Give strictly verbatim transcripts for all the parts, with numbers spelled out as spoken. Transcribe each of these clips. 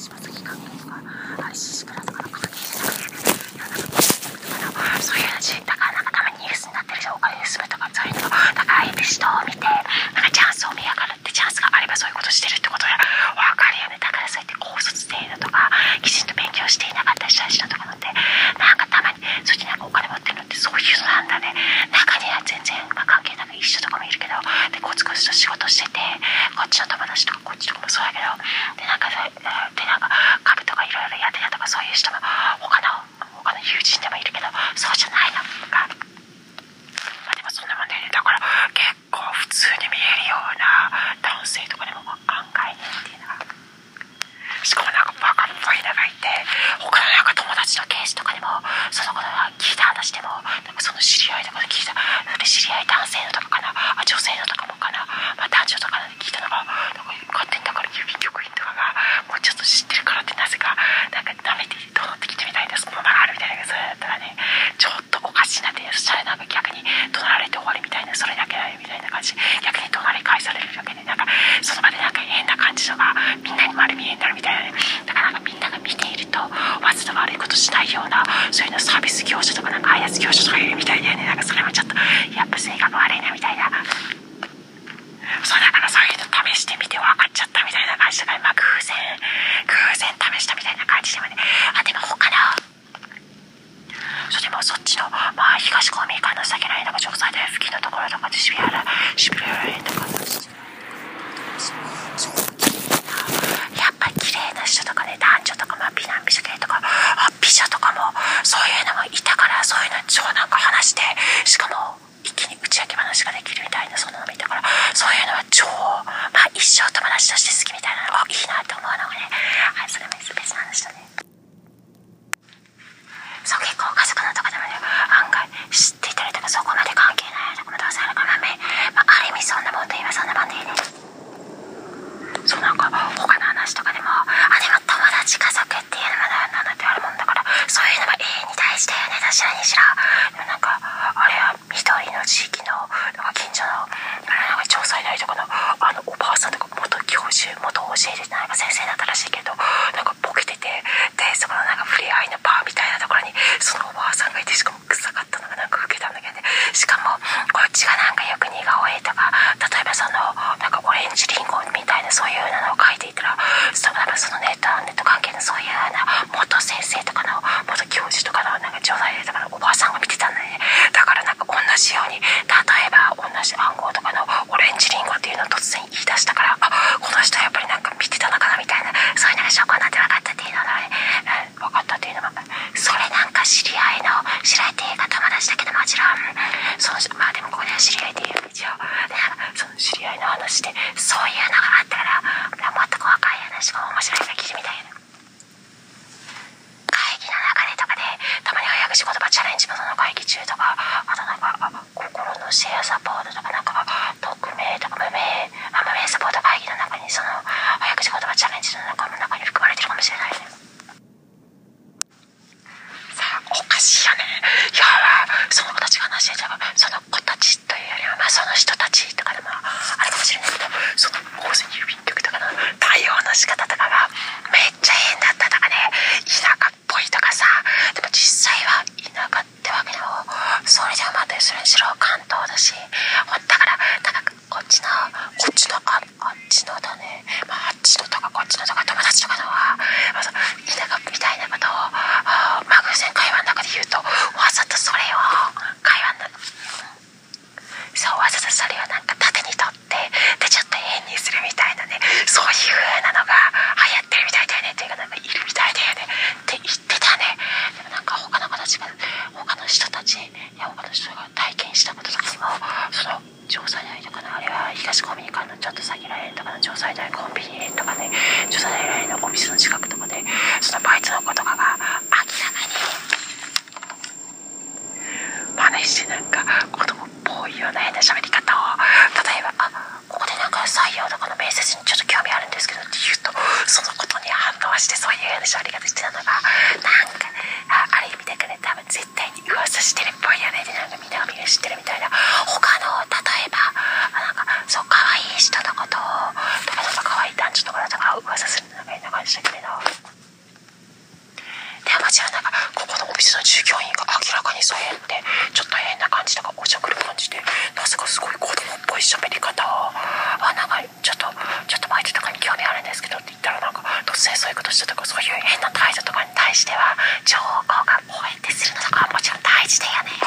柴崎関係とか、あれシシクラとかの関係じゃなくて、そういう話だから、なんかたまにニュースになってるじゃん、お金盗むとかそういうの。だからああいう人を見て、なんかチャンスを見やがるって、チャンスがあればそういうことしてるってことがわかるよね。だからそうやって高卒程度とかきちんと勉強していなかった人たちのとかなんて、なんかたまにそっちなんかお金持ってるのってそういうのなんだね。中には全然、まあ、関係なく一緒とかもいるけど、でコツコツと仕事してて、こっちの友達とかこっちとかもそうだけど、でなんかでなんか株とかいろいろやってたとかそういう人も他の他の友人でもいるけど、そうじゃないのか。まあでもそんなもんだよね。だから結構普通に見えるような男性とかでも案外ねっていうのが、しかもなんかバカっぽいのがいて、他のなんか友達のケースとかでもそのことが聞いた話でも、なんかその知り合いとかで聞いた、それ知り合い男性のとかかな、あ女性のとかもかな、まあ男女とかで聞いたのが、なんか勝手にだから郵便局員とかがもうちょっと知ってるからってなぜかなんか舐めてどうってきてみたいなそのままあるみたいな、それだったらねちょっとおかしいなって、そしたらなんか逆に怒鳴られて終わりみたいな、それだけだよみたいな感じ、逆に怒鳴り返されるだけで、なんかその場でなんか変な感じのがみんなに丸見えになるみたいなね。だからなんかみんなが見ているとわざと悪いことしないような、そういうのサービス業者とかなんか開発業者とかいるみたいだよね。なんかそれもちょっとやっぱ性格悪いなみたいな。そうだからそういうの試してみて分かっちゃったみたいな感じだから、まあ偶然偶然試したみたいな感じでもね。あでも他のそれもそっちのまあ東公民館の先の辺とか城西大付近のところとかで渋谷ら渋谷ら辺とかやっぱり綺麗な人とかね、男女とか、まあ、美男美女系とか、あ美女とかもそういうのもいたから、そういうの超なんか話して、しかも一気に打ち明け話ができるみたいな、そんなのもいたから、そういうのは超まあ一生友達として好きみたいなのがいいなって思うのがね、はい、それも別の話だね。そう結構家族のとかでもね案外知っていたりとか、そこまで関係ないところもどうせあるからね、まあ、ある意味そんなもんといえばそんなもんでいいね。そうなんか他の話とかでも、あでも友達家族っていうのもなんだってあるもんだから、そういうのも永遠に大事だよね、確かにしろ。でもなんかあれは緑の地域のなんか近所のなんか城西大とかのあのおばあさんとか元教授元教えてなんか先生だったらしいけど、なんかボケてて、でそこのなんか触れ合いのバーみたいなところにそのおばあさんがいて、しかも臭かったのがなんかウケたんだけどね。しかもこっちがなんかよく似顔絵とか、例えばそのなんかオレンジリンゴみたいなそういうのを書いていたら、そのそのネットネット関係のそういうような元先生とかの元教授とかのなんか城西大とかのおばあさんが見てたんだよね。だからなんか同じように、例えば同じ暗号とかのオレンジリンゴっていうのを突然言い出したから、あこの人やっぱりなんか見てたのかなみたいな、そういうのが証拠になって分かったっていうのがね、分かったっていうのも、それなんか知り合いの知り合いっていうか友達だけどもちろんそのまあでもここでは知り合いっていう一応で、その知り合いの話でそういうのがあったから、もっと細かい話が面白いから聞いてみたいな。会議の中でとかでたまに早口言葉チャレンジ元の会議中とか、あとなんかあ心のシェアサポートとか、なんか匿名とか無名あ無名サポート会議の中にその早口言葉チャレンジの中の中に含まれてるかもしれないね。さあおかしいよね。いやその子たちが話してたらその子たちというよりはまあその人たちとかでもあるかもしれないけど、その大勢郵便局とかの対応の仕方とかがめっちゃ変だったとかね、田舎っぽいとかさ。でも実際は田舎ってわけでもそれでもまたそれにしろ関東だし、だからだからこっちのこっちのああっちのだね、まあ、あっちのとかこっちのとか友達とかのは田舎みたいなことをまあ偶然会話の中で言うとわざとそれを会話のそうわざとそれをなんか縦に取ってでちょっと変にするみたいなね、そういう風なのが流行ってるみたいだよねっていうか、なんかいるみたいだよねって言ってたね。でもなんか他の子たちが他の人たちいや他の人が体験したこととかにも、その城西大とかのあれは東公民館のちょっと先らへんとかの城西大コンビニとかね、城西大らへんのオフィスの近くとかでそのバイトの子とかが明らかに真似してなんか子供っぽいような変な喋り方を、例えばあここでなんか採用とかの面接にちょっと興味あるんですけどって言うと、そのことに反応してそういうような喋り方してたのがなんか あ, ある意味だから多分絶対に噂してるっぽいよね。でなんかみんながみんな知ってるみたいな。他の例えばなんかそう可愛い人のことをとかなんか可愛い男女のこととか噂するのがいいな感じだけど、 にそうやってちょっと変な感じとかおちょくる感じで、なぜかすごい子供っぽい喋り方を、あなんかちょっとちょっとバイトとかに興味あるんですけどって言ったら、なんか突然そういうことしたとか、そういう変な態度とかに対しては情報が応援ってするのとかはもちろん大事だよね。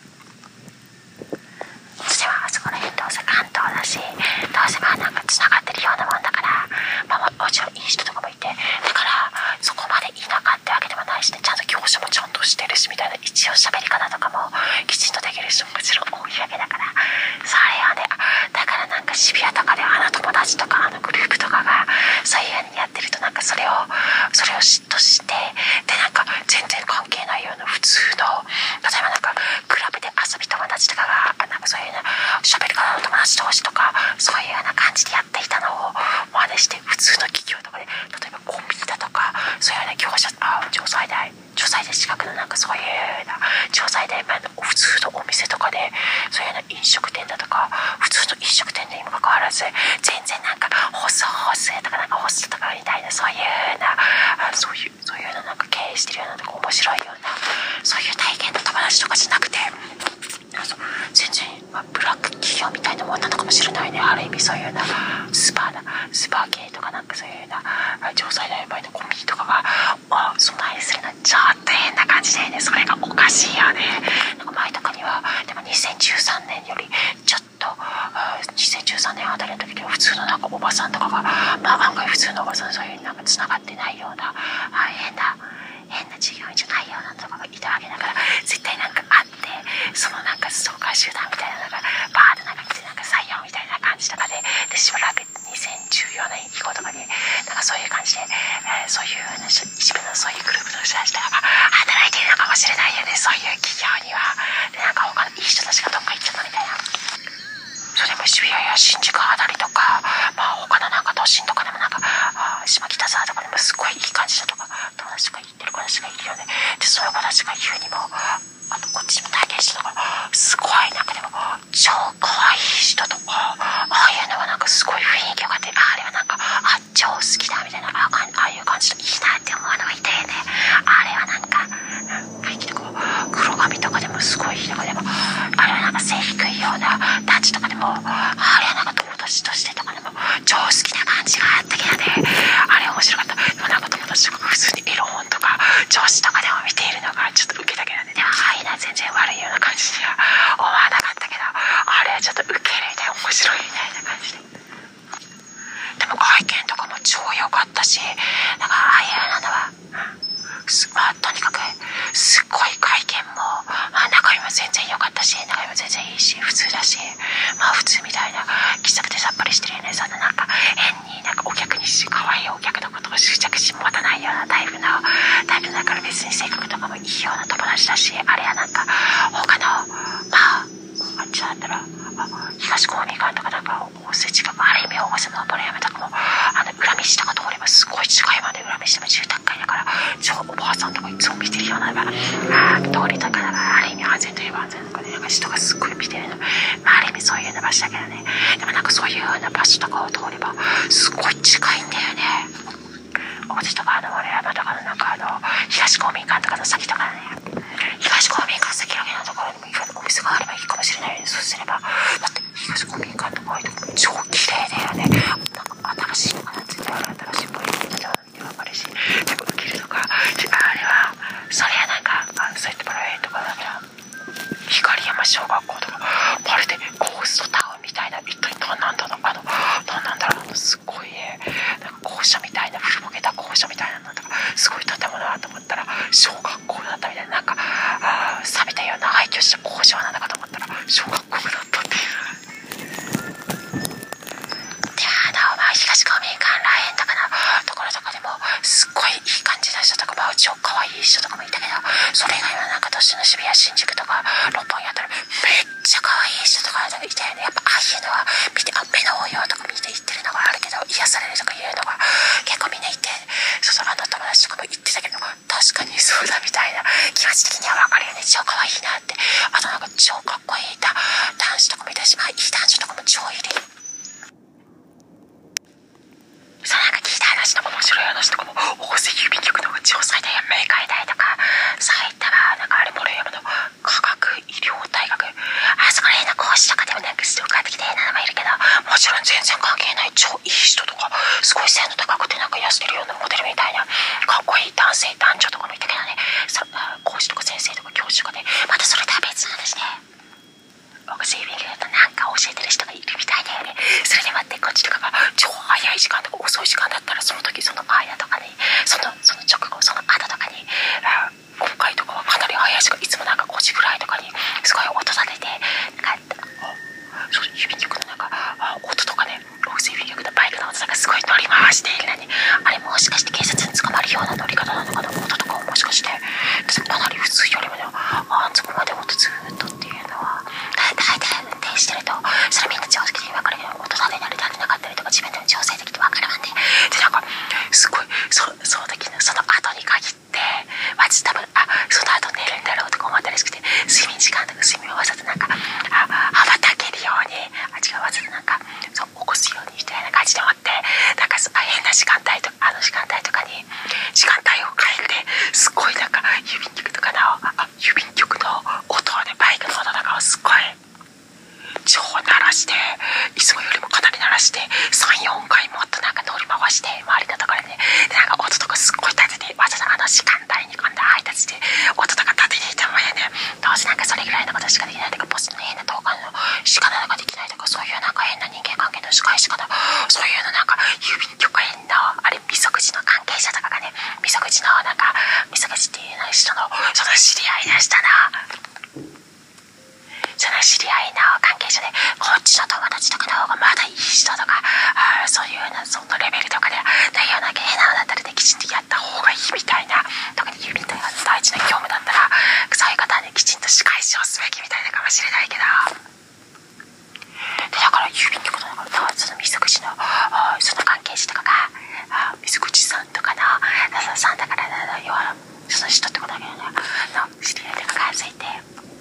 それはあそこら辺どうせ関東だし、どうせまあなんかつながってるようなもんだから、まあもちろんいい人とかもいて、だからそこまで田舎ってわけではないしね、ちゃんと業者もちゃんとしてるしみたいな、一応喋り方とかもきちんとできる人ももちろん多いわけだから、それはね、だからなんか渋谷とかであの友達とかあのグループとかがそういう風にやってると、なんかそれをそれを嫉妬して、でなんか全然関係ないような普通の、例えばなんかクラブで遊び友達とかがなんかそういうね喋り方の友達同士とかそういうような感じでやっていたのを真似して、普通の企業とかで例えばコンビニだとかそういうような業者、あ城西大城西大近くのなんかそういうような城西大前の普通のお店とかで、そういうような飲食店だとか普通の飲食店でにもかかわらず、全然なんかホスホスとかなんかホストとかみたいな、そういうようなそういうそういうようななんか経営してるようなとか面白いようなそういう体験の友達とかじゃなくて、全然、まあ、ブラック企業みたいなもんなのかもしれないね。ある意味そういうようなスーパーなスーパー系とかなんかそういうような城西大前のコンビニとかがそんなにするのちょっと変な感じでね、それがおかしいよね。なんか前とかにはでもにせんじゅうさんねんよりちょっとにせんじゅうさんねんあたりの時には普通のなんかおばさんとかが、まあ案外普通のおばさん、そういうなんかつながってないような変な変な従業員じゃないようなとかがいたわけだから、絶対なんかあって、そのなんかストーカー集団みたいなのがバーッとなんか来て、なんか採用みたいな感じとかで、でしばらくにせんじゅうよねん以降とかになんかそういう感じで、えー、そういう一部のそういうグループの人たちとかが働いているのかもしれないよね、そういう企業には。でなんか他のいい人たちがどっか行っちゃったみたいな。それも渋谷や新宿あたりとか、まあ他のなんか都心とかでもなんか下北沢とかでもすごいいい感じだとか友達とか言ってる子たちがいるよね。でそういう子たちが言うにも、あとこっちにも体験したのがすごいなんかでも超可愛い人とか、ああいうのはなんかすごい雰囲気があって、あれはなんかあ超好きだみたいな、ああいう感じでいいなって思うのがいたよね。あれはなんか雰囲気とか黒髪とかでもすごいとかでも、あれはなんか背低いようなタッチとかでも、あれはなんか友達としてとかでも超好きな感じがあったけどね、あれ面白かった。でもなんか友達とか普通にエロ本とか上司とかでも見ているのがちょっとウケたけどね。でもああいうのは全然悪いような感じには思わなかったけど、あれはちょっとウケるみたいな面白いみたいな感じで。でも外見とかも超良かったし、なんかああいうのは、まあ、とにかくすっごい外見も、まあ、中身も全然良かったし、中身も全然いいし普通だし、まあ普通みたいな気さくてさっぱりしてるよね。そんななんか変になんかお客に可愛いお客のことを執着心持たないようなタイプのタイプだから、別に性格とかもいいような友達だし、あれはなんか他のまああっちだったら東公民館とかなんか大瀬近く、ある意味大瀬のボレヤメとかもあの裏道とか通ればすごい近いまで、裏道でも住宅街だから超おばあさんとかいつも見てるような通りとか、ある意味安全といえば安全とかで、なんか人がすっごい見てるの、まあ、ある意味そういうような場所だけどね。でもなんかそういうような場所とかを通ればすごい近いんだよね。大瀬とかあのボレヤメとかのなんかあの東公民館とかの先とかね、東公民館先だけのところにもいろんなお店があればいいかもしれないよね。そうすればだって東公民館とか超綺麗だよね。なんか新しいのかな、絶対新しいっぽいの見て分かるし、でも受けるとか、あれはそれはなんかそういったバラエティとかだけど、光山小学校とかまるでゴーストタウンみたいな、一体何なんだろう、あの何なんだろう、あのすごいなんか校舎みたいな、古ぼけた校舎みたいなのとかすごい建物だと思ったら小学校だったみたいな、なんかあ錆びたような廃墟した工場なんだかと思ったら小学校だったっていう。であの、まあ、東公民館らへんとかのところとかでもすっごいいい感じな人とか、まあ、超可愛い人とかもいたけど、それ以外はなんか都市の渋谷新宿とか六本木あたりめっちゃ可愛い人とかいたよね。やっぱああいうのは見て、あ目の応用とか見て言ってるのがあるけど、癒されるとかいうのが結構みんな言って、そうそうあの友達とかも言ってたけど、確かにそうだみたいな気持ち的には分かるよね。超可愛いなって。あとなんか超かっこいい男子とかもいたし、まあいい男子とかも超いる。そうなんか聞いた話とか面白い話とかも、大瀬郵便局とか城西大や明海大とかそういったなんかあれボレームのみたいなかっこいい男性男女とかもいたけどね、講師とか先生とか教授とかね、またそれとは別の話ね。僕スイミングだとなんか教えてる人がいるみたいだよね。それで待って、こっちとかが超早い時間とか遅い時間だったら、その時その間とかね、そのその直後その後とかに、今回とかはかなり早い時間、いつもなんかごじぐらいとかにすごい音立てて、なんかそう指曲のなんか音とかね、スイミングのバイクの音とかすごい乗り回しているのに、あれもしかして警察に捕まるような乗り方なのかな、音とかをもしかしてかなり普通よりもね、あそこまで音ずっとっていうのは大体運転してると、それみんな常識的に分かるけど、音立てたり立てなかったりとか自分でも調整できて分かるわね。でなんかすごいそその時のその後に限って私多分あその後寝るんだろうとか思ったらしくて、睡眠時間とか睡眠をわざとなんかあ羽ばたけるように、あ違うわざとなんかそう起こすようにみたいな感じで思って、なんか変な時間帯とかあの時間帯とかに時間帯を変えて、すごいなんか郵便局とかのあ郵便局の音をね、バイクの音とかをすごい超鳴らして、いつもよりもかなり鳴らして さん,よん 回もっとなんか乗り回して周りのところでね、でなんか音とかすっごい立てて、わざとあの時間帯に今度配達して音とか立てていたもんやね。どうせなんかそれぐらいのことしかできないとか、ポストの変な投函の仕方とかできないとか、そういうなんか変な人間関係の仕返し方、そういうのなんか郵便局変のあれみそ口の関係者とかがね、みそ口のなんかみそ口っていうの人のその知り合いでしたな。その知り合いの関係者で、こっちの友達とかの方がまだいい人とか、あそういうなそのレベルとかで内容なきゃ変なのだったらね、きちんとやった方がいいみたいな、特に郵便という大事な業務だったらそういう方はね、きちんと仕返しをすべきみたいなかもしれないけど、でだから郵便局の中のそのみそ口のその関係者とかがみそ口さんとかのさんだから要はその人ってことだけどね、の知り合いとかがついて、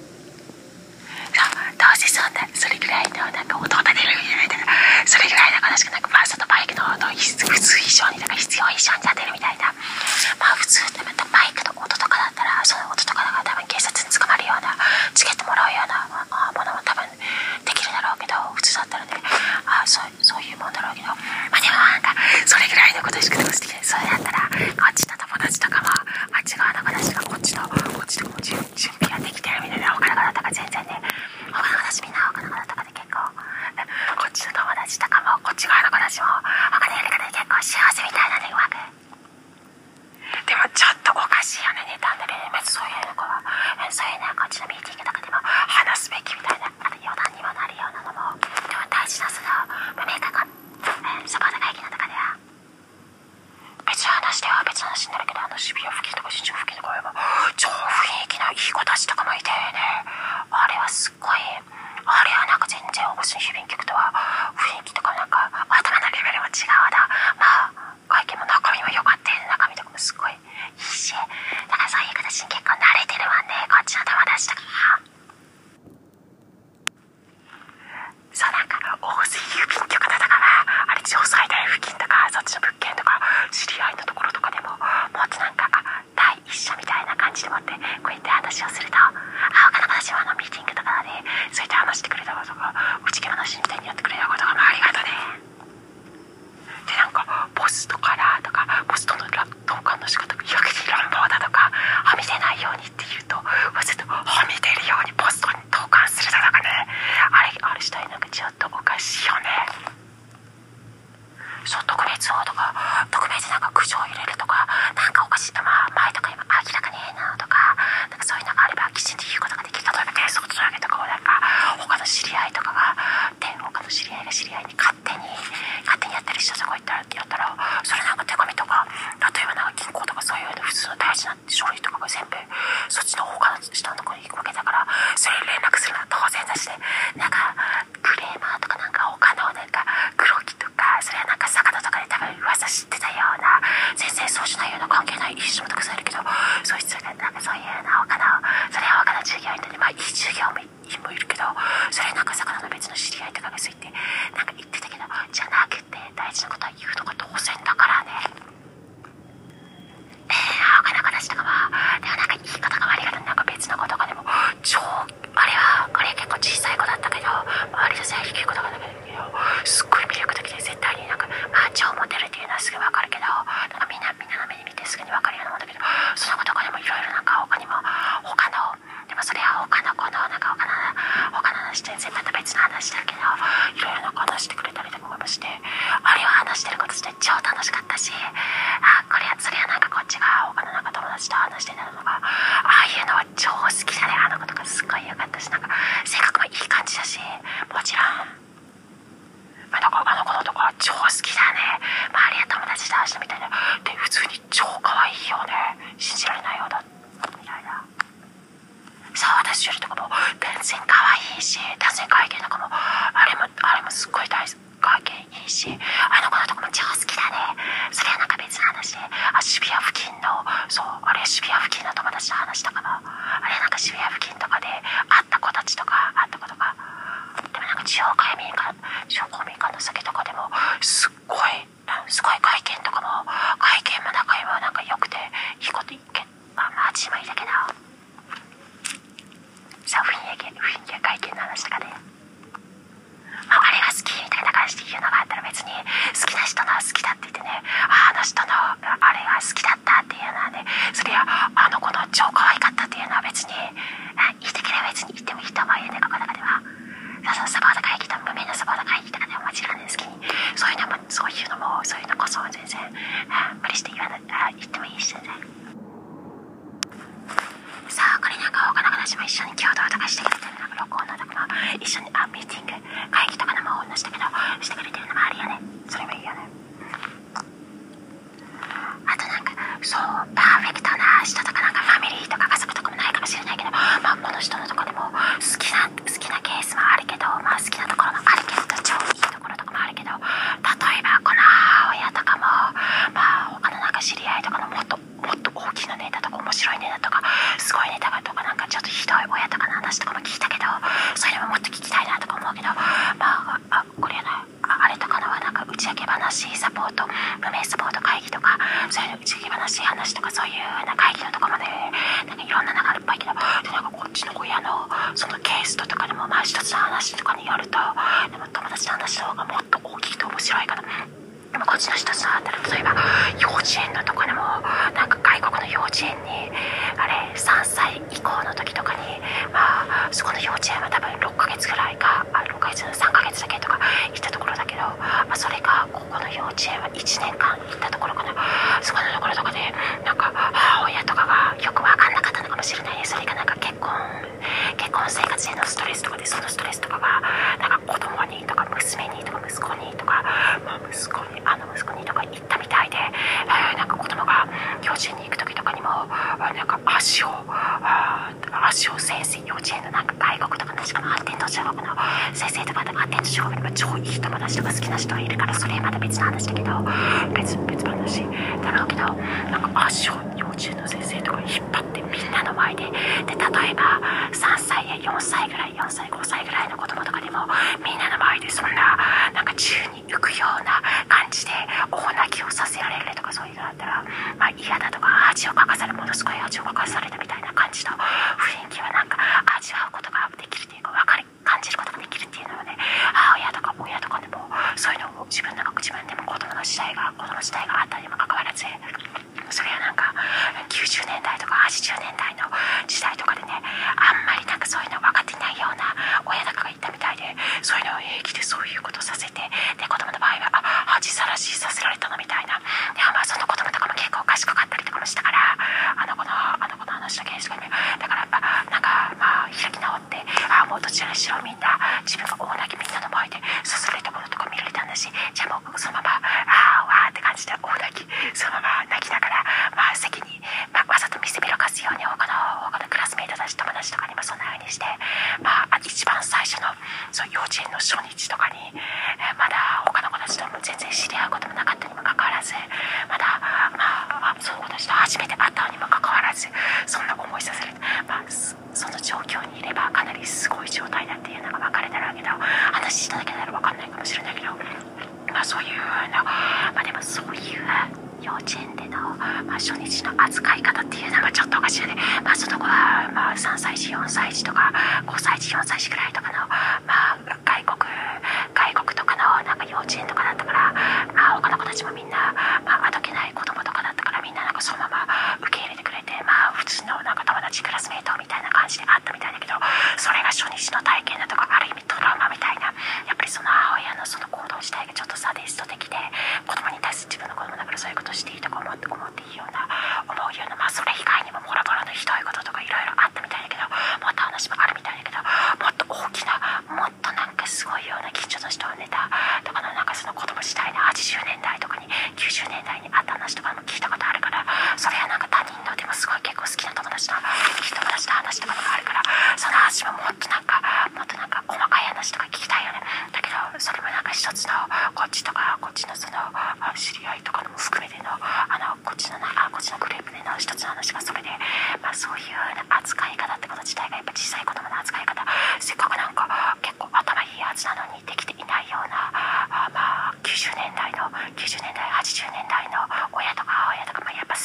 どうせそんなそれぐらいのなんか音を立てるみたいな、それぐらいのことしかなんかバスとバイクの音を普通以上にとか必要以上に立てるみたいな、まあ普通でまたバイクの音とかだったら、その音とかだから多分警察に捕まるようなチケットもらうような、まあ、ものも多分できるだろうけど、普通だったらね、あそうそういうもんだろうけど、まあでもなんかそれぐらいのことしかできない。それだったらこっちの友達とかもあっち側の子たちがこっちのこっちとかも準備ができてるみたいな、他の方とか全然ね、他の子たちみんな他の子とかで結構こっちの友達とかもこっち側の子たちも他のやり方で結構幸せみたいなね、うまく。でもちょっとおかしいよね、ネタんだけど、ね、そういうの子はそういうのはこっちのミーティングとかでも話すべきみたいな、あと余談にもなるようなのも、でも大事なその無名化がサポート会議の中では別の話では別の話になるけど、あの渋谷付近とか新宿付近とかは超雰囲気のいい子たちとかもいてね、あれはすっごい、あれはなんか全然大越の郵便局とは雰囲気とかなんか頭のレベルも違うだ、まあ会見も中身も良かったよね、中身とかもすっごいいいし、だからそういう形に結構慣れてるわね、こっちの友達とかは。そうなんか大須郵便局だとかはあれ城西大付近とかそっちの物件とか知り合いのところとかでももっとなんか第一緒みたいな感じでもってこうやって話をすると、あ他の子たちはあのミーティングとかでそうやって話してくれたことがうちけ話みたいにやってくれたことがまあありがとね。でなんかポストカラーとかポストの投函の仕方がやけに乱暴だとか、はみ出ないようにって言うとわざとはみ出るようにポストに投函するだとかね、あれあれしたいなんかちょっとおかしいよね。そう特別法とか特別なんか苦情を入れるとかなんかおかしいと、まあ前とか今明らかにええなとかなんかそういうのがあればきちんと言うことができる。例えば低速つなげとかをなんか他の知り合いとかがで他の知り合いが知り合いに勝手に勝手にやってる人とか言ったらやったらそれなんか手紙とか例えばなんか銀行とかそういうの普通の大事な書類とかが全部そっちの他の下のところに行くわけだから、それに連絡するのは当然だしで、なんかクレーマーとかなんか他のなんか黒木とかそれはなんか坂田とかで多分噂知ってたような全然そうしないような関係ないいい人もたくさんいるけど、そいつがなんかそういうな他のそれは他の従業員とね、まあいい従業員もいるけど、それなんか坂田の別の知り合いとかがそう言ってなんか言ってたけど、じゃなくて大事なことは言うのが当然だからね。えー、他の子たちとかはでもなんかいいことが悪いことなんか別の子とかでも超あれはこれ結構小さい子だったけど割と背低い子とかだけどすっごい魅力的で絶対になんかまあ超モテるっていうのはすぐ分かるけど、なんかみんなみんなの渋谷付近の、そうあれ渋谷付近の友達と話したかな。あれなんか渋谷付近とかで会った子たちとか会った子とか、でもなんか地方公民館地方公民館の先とかでもすっごいすごい会見とかも会見も仲もなんか良くていいこと言っけ、まあまああっちもいいだけどさ、雰囲気雰囲気会見の話とかで、まあ、あれが好きみたいな感じで言うのがあったら別に好きな人の好きだって言ってね、あの人のあれが好きだったっていうのはね、それやあの子の超可愛かったっていうのは別に言いたければ別に言ってもいいと思うよね、ここの中では。そうそう、サポート会議と無名のサポート会議とかでももちろんね、好きにそういうのもそういうのもそういうのこそ全然無理して言わな言ってもいいし全然。さあこれなんか他の子たちも一緒に共同とかしてくれてる、なんか録音のとかも一緒にあミーティング会議とかのも同じだけどしてくれてるのもあるよね。それもいいよね。あとなんかそうパーフェクトな人とかなんかファミリーとか家族とかもないかもしれないけど、まあこの人のとこでも好きな好きなケースもあるけど、まあ好きなところもあるけど超いいところとかもあるけど、例えばこの母親とかもまあ他のなんか知り合いとかのもっともっと大きなネタとか面白いネタとかすごいネタとかなんかちょっとひどい親とかの話とかも聞いたけど、そういうのももっと聞きたいなとか思うけど、まああこれやなあれとかのはなんか打ち明け話サポート無名サポート会議とかそういうの打ち明け話話とかそういうな会議のとかもね、なんかいろんなのがあるっぽいけど、でなんかこっちの親のそのケースとかでもまあ一つの話とかによると、でも友達の話の方がもっと大きいと面白いから、でもこっちの一つのあったら例えば幼稚園のとこでもなんか外国の幼稚園にあれさんさい以降の時とかにまあそこの幼稚園は多分ろっかげつぐらいかあろっかげつさんかげつだけとか行ったところだけど、まあ、それがここの幼稚園はいちねんかん行ったところかな。そこのところとかでなんか母親とかがよく分かんなかったのかもしれないね。それがなんか結婚結婚生活へのストレスとかで、そのストレスとかがなんか子供にとか娘にとか息子にとか、まあ、息子にあの息子にとか言ったみたいで、えー、なんか子供が幼稚園に行く時とかにもなんか足を足を先生幼稚園のなんか外国とかのしかも発展途上国の先生とか発展途上国に超いい友達とか好きな人がいるから、それまた別の話だけど別別話だろうけど、なんか足を幼稚園の先生とか引っ張ってみんなの前でで、例えばさんさいやよんさいぐらいよんさいごさいぐらいの子供とかでもみんなの前でそんななんか宙に浮くような感じで大泣きをさせられるとかそういうのだったらまあ嫌だとか恥をかかされものすごい恥をかかされたみたいな感じの雰囲気はなんか味わうことができるっていうか分かり感じることができるっていうのはね、母親とか親とかでもそういうのを自分の自分でも子供の時代が子供時代があったにもかかわらず、それはなんかきゅうじゅうねんだいとかはちじゅうねんだいの時代とかでね、あんまりなんかそういうの分かっていないような親とかがいたみたいで、そういうのを平気でそういうことさせて、で子供の場合はあ恥さらしさせられたのみたいな、でまあその子供とかも結構賢かったりとかもしたから、あの子のあの子の話だけですけどね、だからあなんかまあ開き直ってあもうどちらにしろみんな自分が大泣きみんなの前でさせられたものとか見られたんだし、じゃあもうそのままあーわーって感じで大泣きそのまま泣きながらまあ席に、まあ、わざと見せびらかすように他の他のクラスメイトたち友達とかにもそんな風にして、まあ一番最初のそう幼稚園の初日とかに、えー、まだ他の子たちとも全然知り合うこともなかったにもかかわらず、まだまあその子たちと初めて会ったのにもかかわらずそんな思いさせる、まあその状況にいればかなりすごい状態だっていうのが分かれたわけど、話しただけなら分かんないかもしれないけど、まあそういうのまあでもそういう幼稚園での、まあ、初日の扱い方っていうのはちょっとおかしいよね。まあその子は、まあ、さんさい児よんさい児とかごさい児よんさい児ぐらいとかの、まあ、外国外国とかのなんか幼稚園とかだったから、まあ、他の子たちもみんな、まあ、あどけない子供とかだったからみんななんかそのまま受け入れてくれて、まあ普通のなんか友達クラスメイトみたいな感じであったみたいだけど、それが初日の体験だとかある意味トラウマみたいな、やっぱりその母親のその行動自体がちょっとサディスト的で、子供に対する自分の子供だからそういうことしていいとか思って思っていいような思うような、まあそれ以外にもボロボロのひどいこととかいろいろあったみたいだけど、もっと話もあるみたいだけど、もっと大きな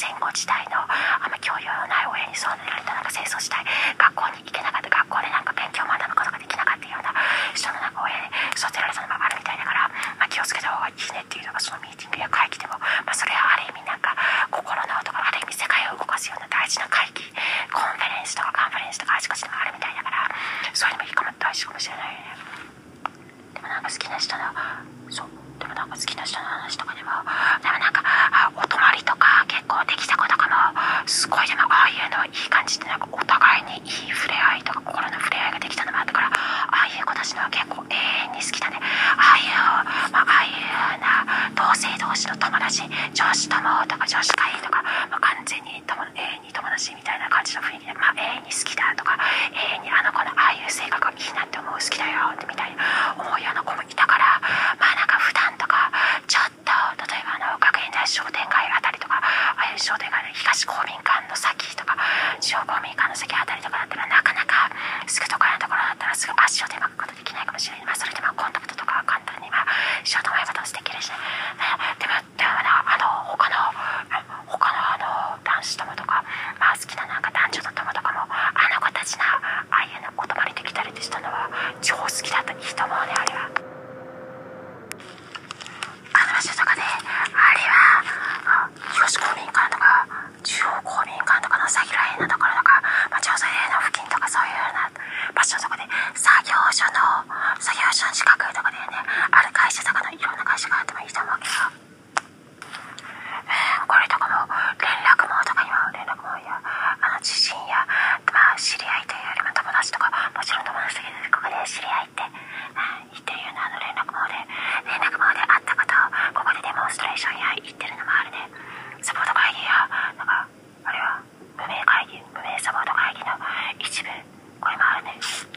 戦後時代のあんま教養のない親にそうなられたなんか戦争時代学校に行けなかった、学校でなんか勉強を学ぶことができなかったような人のなんか親に育てられたのもあるみたいだから、まあ、気をつけた方がいいねっていうのがそのミーティングや会議でも、まあ、それはある意味なんか心のとかある意味世界を動かすような大事な会議、コンフェレンスとかカンファレンスとかあちこちでもあるみたいだから、そういうのもいいかも、大事かもしれないよね。でもなんか好きな人のそうでもなんか好きな人の話とかでも、でもなんかお泊まりとか結構できた子とかもすごい、でもああいうのいい感じでなんかお互いにいい触れ合いとか心の触れ合いができたのもあったから、ああいう子たちのは結構永遠に好きだね。ああいう、まあ、ああいうな同性同士の友達、女子友とか女子会とか、まあ、完全に友永遠に友達みたいな感じの雰囲気で、まあ、永遠に好きだとか、永遠にあの子のああいう性格がいいなって思う、好きだよってみたいな思うような子もいたから、まあなんか普段とかちょっと例えばあの学園大商店街あたりとか、ああいう商店街の東公民館の先とか中央公民館の先あたりとかだったら、なかなかすぐとかのところだったらすぐ足を手巻くことできないかもしれない。まあそれでもコンタクトとか簡単にまあしようと思えばどうせできるしね。でもでもなあの他の他のあの男子友とか、まあ好きななんか男女の友とかもあの子たちなああいうのお泊まりできたりしたのは超好きだった。いいと思うね、あれは。あの場所とかであれは東公民館とか中央公民館とかの先らへんのところとか、まあ、調査兵の付近とかそういうような場所とかで作業所の作業所の近くとかでね、ある会社とかのいろんな会社があってもいいと思うけど、えー、これとかも連絡網とかにも連絡網やあの知人や、まあ、知り合いというよりも友達とか、もちろん友達だけどここで知り合いって、うん、言ってるようなあの連絡網で連絡網であったことをここでデモンストレーションや言ってるのもあるね。サポート会議やなんかあれは無名会議無名サポート会議の一部これもあるね。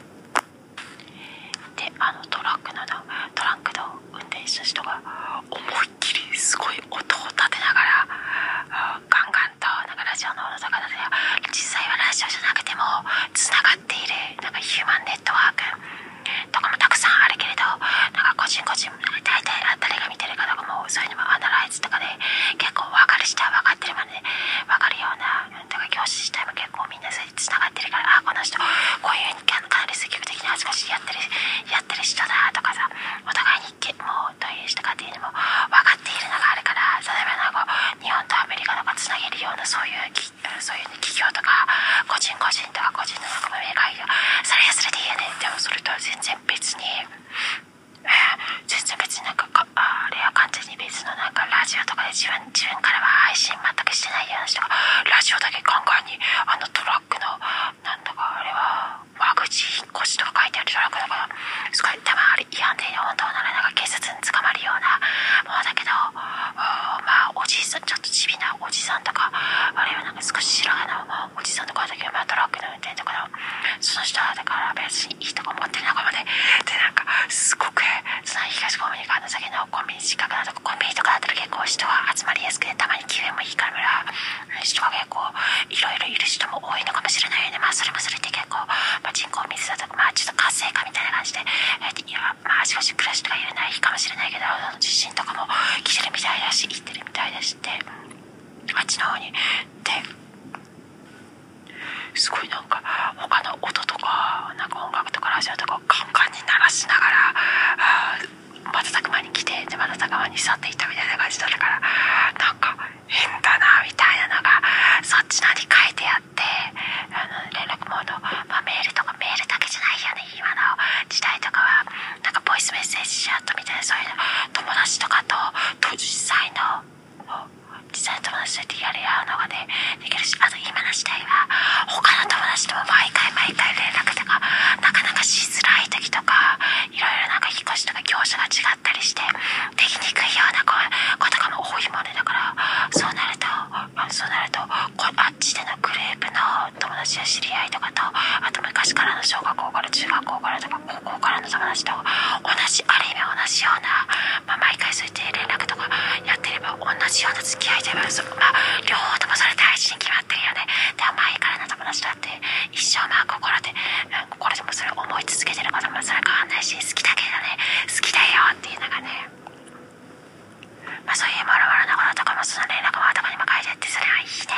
であのトラックのトランクの運転手の人が思いっきりすごい音を立てながらガンガンとなんかラジオの音とかで、実際はラジオじゃなくてもつながっているなんかヒューマンネットワークとかもたくさんあるけれど、なんか個人個人大体誰が見てるかとかもそういうのもアナライズとかで結構分かる人は分かってるまで分かるような、だから教師自体も結構みんなそれでつながってるから、あこの人こういうかなり積極的な恥ずかしいやってるやってる人だとかさ、お互いにもうどういう人かっていうのも分かっているのがあるから、例えばなんか日本とアメリカとかつなげるようなそういうそういう企業とか個人個人とか個人のなんか無名会議がそれはそれでいいよね。でもそれとは全然別に全然別になんかあれは完全に別のなんかラジオとかで自分自分からは配信全くしてないような人がラジオだけガンガンにあのトラックのなんとかあれは和口引っ越しとか書いてあるトラックだからすごい多分あれ違反で本当ならなんか警察に捕まるようなものだけど、まあおじいさんちょっとちびなおじさんとかあるいはなんか少し白髪のおじさんとかだけど、まあトラックの運転とかのその人だから別にいいとか思ってるのかもね。でなんかすごくその東公民館の先のコンビニ近くのとこコンビニとかだったら結構人が集まりやすくてたまに気分もいいから人が結構いろいろいる人も多いのかもしれないよね。まあそれもそれで結構、まあ、人口密度とかまあちょっと活性化みたいな感じで、いやまあしかし暮らしとか言えないかもしれないけど地震とかも来てるみたいだし行ってるみたいだしってあっちの方にですごいなんか他の音とかなんか音楽とかラジオとかをカンカンに鳴らしながら瞬く間に来てで瞬く間に去っていったみたいな感じだったから、なんか変だなみたいなのがそっちのに書いてあって、あの連絡モード、まあ、メールとかメールだけじゃないよね今の時代とかは。なんかボイスメッセージチャットみたいなそういうの友達とかとと実際の実際の友達とリアルやるのがねできるし、あと今の時代は他の友達とも毎回毎回連絡とかなかなかしづらい時とかいろいろなんか引っ越しとか業者が違ったりしてできにくいような子とかも多いもんね。だからそうなるとそうなるとこあっちでのグループの友達や知り合いとかとあと昔からの小学校から中学校からとか高校からの友達と同じある意味同じような、まあ、毎回そうやって連絡とかやってれば同じような付き合いではそ、まあ、両方ともそれ大事に決まってるよね。でも前からの友達だって一生まあ心で、うん、心でもそれを思い続けてることもそれ変わんないし好きだけどね好きだよっていうのがね、まあそういうもろもろなこととかもその連絡網とかにも書いてあってそれはいいね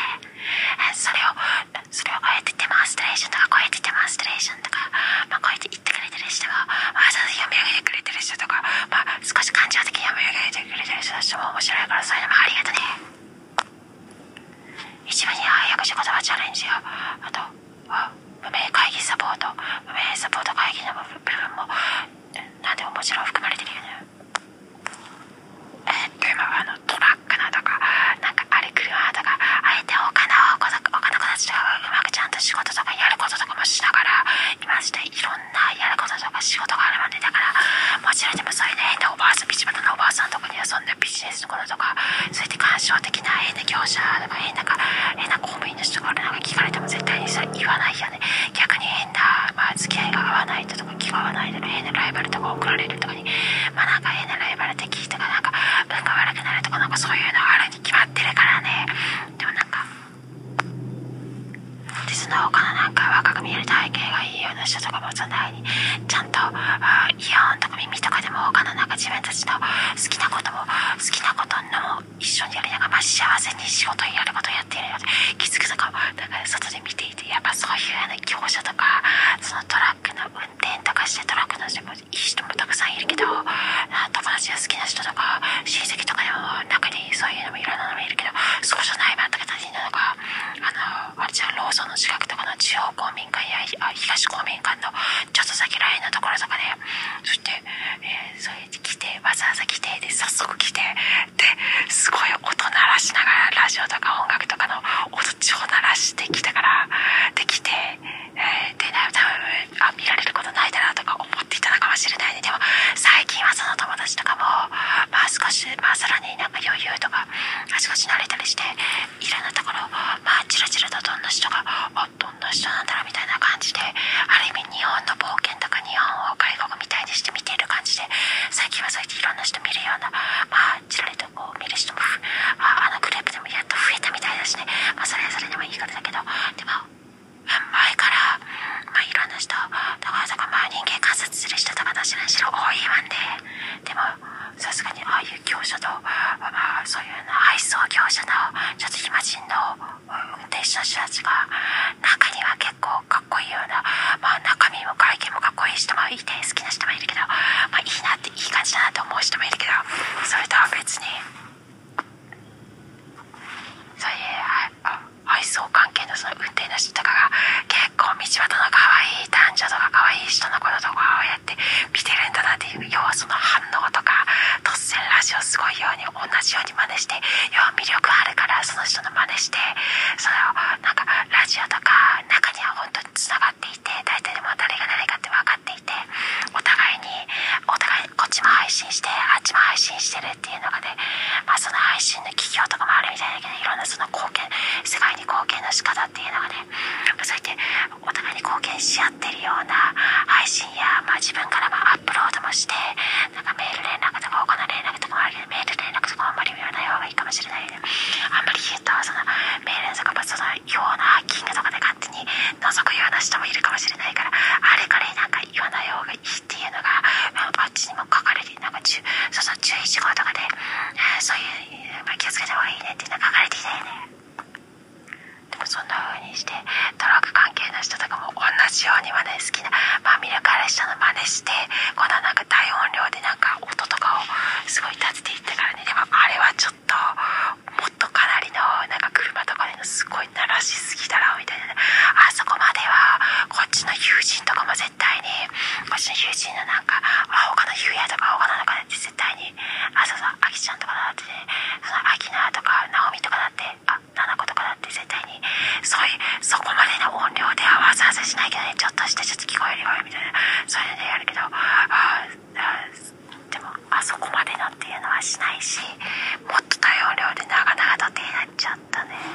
あと無名会議サポート、無名サポート会議の部分もなんでももちろん含まれてるよね。えー、っと今あのトラックのとかなんかあれ車とかあえて他の子他の子たちとかうまくちゃんと仕事とかやることとかもしながら今していろんなやることとか仕事があるもんで、だからもちろんでもそういうね変なおばあさん、道端のおばあさんとかにはそんなビジネスのこととかそうやって感傷的な変な業者とか変なか変な公務員の人がなんか聞かれても絶対にそれ言わないよね。逆に変な、まあ、付き合いが合わない人とか気が合わないとか変なライバルとか送られるとかに、まあなんか変なライバル的とかなんか運が悪くなるとかなんかそういうのがあるに決まってるからね。でもなんかでその他のなんか若く見える体型がいいような人とかもそんな風にちゃんとイヤホンとか耳とかでも他のなんか自分たちの好きなことも好きなことの一緒にやりながら、まあ、幸せに仕事やることやっているので気づくとかもだから外で見ていてやっぱそういうような業者とかそのトラックの運転とかしてトラックの人もいい人もたくさんいるけど、友達が好きな人とか親戚とかでも中にそういうのもいろんなのもいるけど、そうじゃないバンとか他人なのかあのあれじゃローソンの近くとかの中央公民館や東公民館のちょっと先らへんのところとかで、そして、えー、それで来てわざわざ来てで早速来てですごい音鳴らしながらラジオとか音楽とかの音超鳴らしてきたからできて、えー、で多分あ見られることないだろうとか思っていたのかもしれないね。でも最近はその友達とかもまあ少しまあさらになんか余裕とかあちこち慣れたりしていろんなところまあチラチラとどんな人があどんな人なんだろうみたいな感じである意味日本の冒険とか日本を外国みたいにして見ている感じで最近はそうやっていろんな人見るようなまあチラリとこう見る人もああのグループでもやっと増えたみたいだしね。まあそれはそれでもいいことだけど、でも前からまあいろんな人とかとかまあ人間観察する人とかどちらにしろ多いわんで、でもさすがにああいう業者とまあそういうな配送業者のちょっと暇人の運転手の人たちが中には結構かっこいいようなまあ中身も外見もかっこいい人もいて好きな人もいるけど、まあいいなっていい感じだなと思う人もいるけど、それとは別にそういう配送関係のその運転の人とかが結構道端の可愛い男女とか可愛い人のこととかをやって見てるんだなっていう、要はその反応とか突然ラジオすごいように同じように真似して要は魅力あるからその人の真似してそれをなんかラジオとか中には本当につながっていて大体でも誰が誰かって分かっていてお互いにお互いこっちも配信してあっちも配信してるっていうのがね、まあその配信の企業とかもあるみたいだけどいろんなその貢献世界に貢献の仕方っていうのがね、そうやってお互いに貢献し合ってるような配信や、まあ、自分からまあアップロードもしてなんかメール連絡とか他の連絡とかもあるけどメール連絡とかあんまり言わない方がいいかもしれないけど、あんまり言うとそのメールとか、まあ、そのようなハッキングとかで勝手に覗くような人もいるかもしれないからあれこれなんか言わない方がいいっていうのが、まあ、あっちにも書かれてなんか注そうそう注意事項とかで、えー、そういう、まあ、気をつけた方がいいねっていうのが書かれていたよね。でもそんな風にしてトラック関係の人とかも同じように真似好きな、まあ、魅力ある人の真似してこのなんか大音量でなんか音とかをすごい立てていったからね。でもあれはちょっともっとかなりのなんか車とかでのすごい鳴らしすぎだろみたいな、ね、あそこまではこっちの友人とかも絶対にこっちの友人のなんかあ他の優也とか他の中で絶対にあそうそうあきちゃんとかだってねそのあきなとかなおみとかだってあななことかだって絶対にそういうそこまでの音量ではわざわざしないけどねちょっとしてちょっと聞こえるよみたいなそういうのでやるけどああでもあそこまでのっていうのはしないしもっと大音量で長々とってなっちゃったね。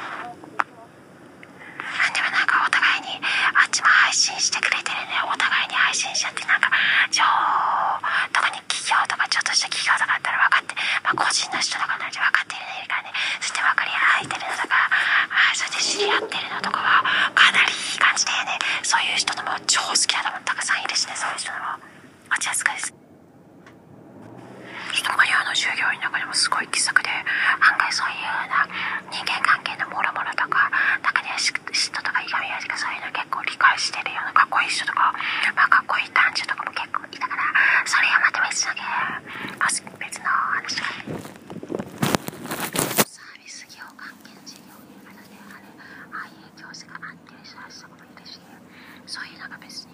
でもなんかお互いにあっちも配信してくれてるね。お互いに配信しちゃってなんか情報とかに企業とかちょっとした企業とかあったら分かってまあ個人の人とかなんで分かってるのいるからねそして分かり合えてるのとかあそれで知り合ってるのとかはかなりいい感じでねそういう人のも超好きなのもたくさんいるしねそういう人のもあっちはすごいです。人模様の従業員の中でもすごい気さくで案外そういうような人間関係のもろもろとか中には嫉妬とかいがみ合いとかそういうの結構理解してるようなかっこいい人とか、まあ、かっこいい男女とかも結構いたからそれはまた別だけ別の話だね。サービス業関係の事業をやるのであれああいう業者が合ってる人は話したこといいし、そういうなんか別